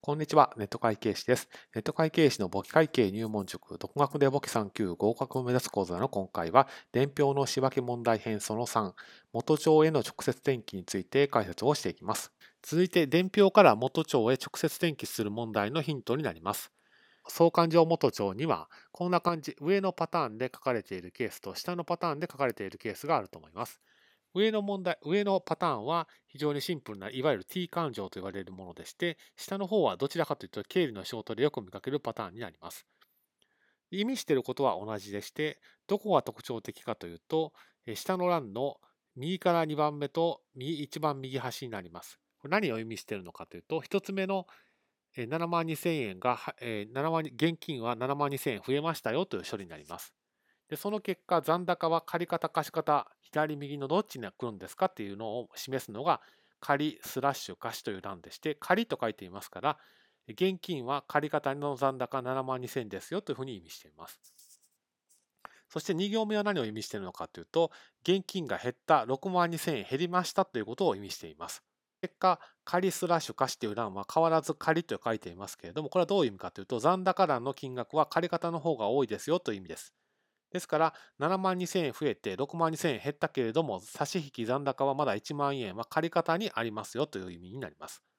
こんにちは、ネット会計士です。ネット会計士の簿記会計入門塾、独学で簿記3級合格を目指す講座の今回は、伝票の仕分け問題編その3、元帳への直接転記について解説をしていきます。続いて、伝票から元帳へ直接転記する問題のヒントになります。相関上元帳には、こんな感じ、上のパターンで書かれているケースと下のパターンで書かれているケースがあると思います。上のパターンは非常にシンプルな、いわゆる T 勘定と言われるものでして、下の方はどちらかというと、経理の仕事でよく見かけるパターンになります。意味していることは同じでして、どこが特徴的かというと、下の欄の右から2番目と一番右端になります。これ何を意味しているのかというと、1つ目の7万2000円が、現金は7万2000円増えましたよという処理になります。で、その結果、残高は借方、貸方、左右のどっちに来るんですかっていうのを示すのが、借スラッシュ貸という欄でして、借と書いていますから、現金は借方の残高7万2000ですよというふうに意味しています。そして2行目は何を意味しているのかというと、現金が減った6万2000円減りましたということを意味しています。結果、仮スラッシュ貸という欄は変わらず仮と書いていますけれども、これはどういう意味かというと、残高欄の金額は借方の方が多いですよという意味です。ですから、7万2000円増えて6万2000円減ったけれども、差し引き残高はまだ1万円は借方にありますよという意味になります。